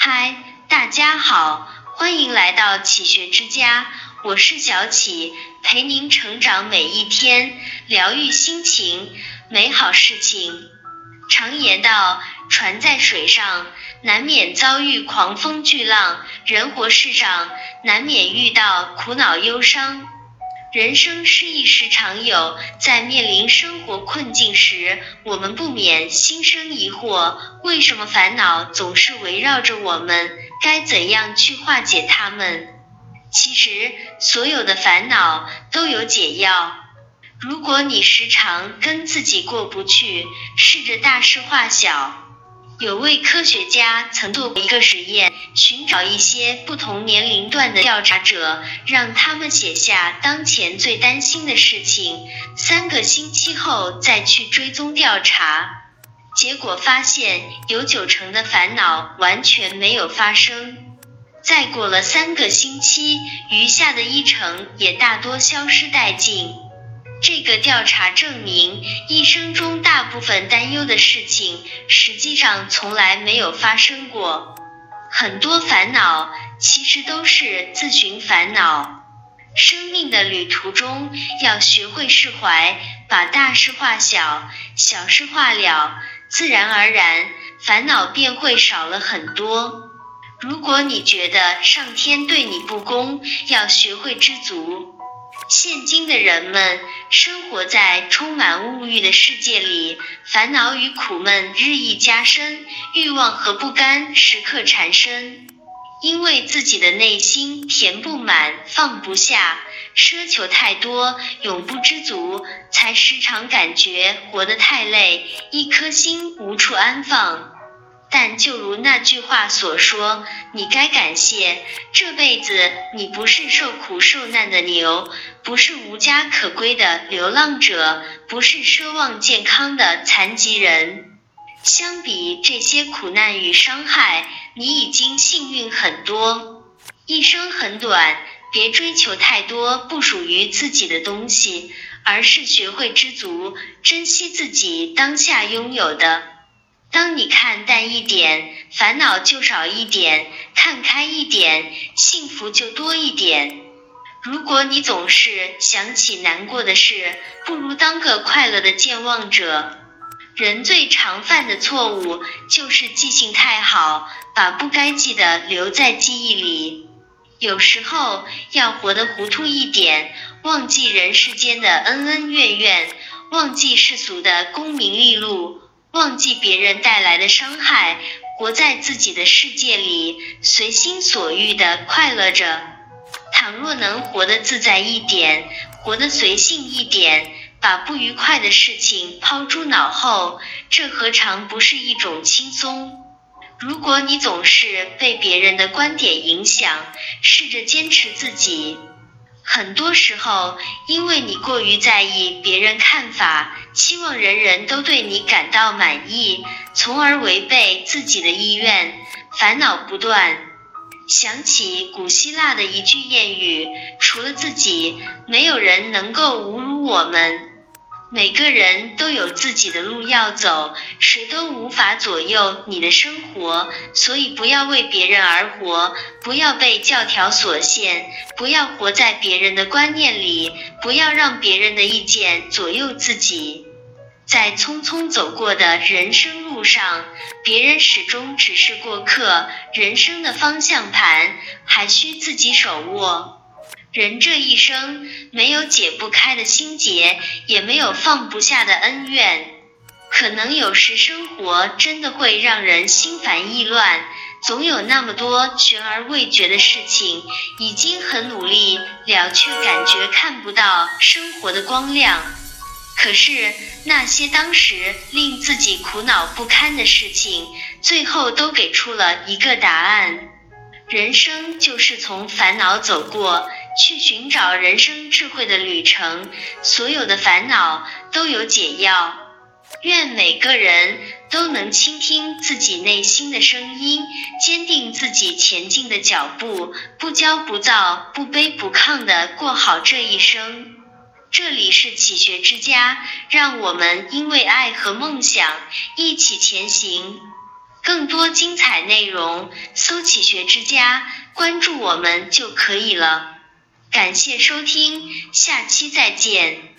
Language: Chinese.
嗨，大家好，欢迎来到启学之家，我是小启，陪您成长每一天，疗愈心情，美好事情。常言道，船在水上，难免遭遇狂风巨浪，人活世上，难免遇到苦恼忧伤。人生失意时常有，在面临生活困境时，我们不免心生疑惑，为什么烦恼总是围绕着我们？该怎样去化解它们？其实，所有的烦恼都有解药。如果你时常跟自己过不去，试着大事化小。有位科学家曾做过一个实验，寻找一些不同年龄段的调查者，让他们写下当前最担心的事情，3个星期后再去追踪调查。结果发现有90%的烦恼完全没有发生。再过了3个星期，余下的1%也大多消失殆尽。这个调查证明，一生中大部分担忧的事情，实际上从来没有发生过。很多烦恼，其实都是自寻烦恼。生命的旅途中，要学会释怀，把大事化小，小事化了，自然而然，烦恼便会少了很多。如果你觉得上天对你不公，要学会知足。现今的人们生活在充满物欲的世界里，烦恼与苦闷日益加深，欲望和不甘时刻缠身。因为自己的内心填不满，放不下，奢求太多，永不知足，才时常感觉活得太累，一颗心无处安放。但就如那句话所说，你该感谢，这辈子你不是受苦受难的牛，不是无家可归的流浪者，不是奢望健康的残疾人。相比这些苦难与伤害，你已经幸运很多。一生很短，别追求太多不属于自己的东西，而是学会知足，珍惜自己当下拥有的。当你看淡一点，烦恼就少一点，看开一点，幸福就多一点。如果你总是想起难过的事，不如当个快乐的健忘者。人最常犯的错误，就是记性太好，把不该记的留在记忆里。有时候，要活得糊涂一点，忘记人世间的恩恩怨怨，忘记世俗的功名利禄，忘记别人带来的伤害，活在自己的世界里，随心所欲地快乐着。倘若能活得自在一点，活得随性一点，把不愉快的事情抛诸脑后，这何尝不是一种轻松？如果你总是被别人的观点影响，试着坚持自己。很多时候，因为你过于在意别人看法，期望人人都对你感到满意，从而违背自己的意愿，烦恼不断。想起古希腊的一句谚语，除了自己，没有人能够侮辱我们。每个人都有自己的路要走，谁都无法左右你的生活，所以不要为别人而活，不要被教条所限，不要活在别人的观念里，不要让别人的意见左右自己。在匆匆走过的人生路上，别人始终只是过客，人生的方向盘还需自己手握。人这一生，没有解不开的心结，也没有放不下的恩怨。可能有时生活真的会让人心烦意乱，总有那么多悬而未决的事情，已经很努力了，却感觉看不到生活的光亮。可是那些当时令自己苦恼不堪的事情，最后都给出了一个答案。人生就是从烦恼走过，去寻找人生智慧的旅程，所有的烦恼都有解药。愿每个人都能倾听自己内心的声音，坚定自己前进的脚步，不骄不躁，不卑不亢地过好这一生。这里是启学之家，让我们因为爱和梦想一起前行。 更多精彩内容，搜启学之家，关注我们就可以了。感谢收听，下期再见。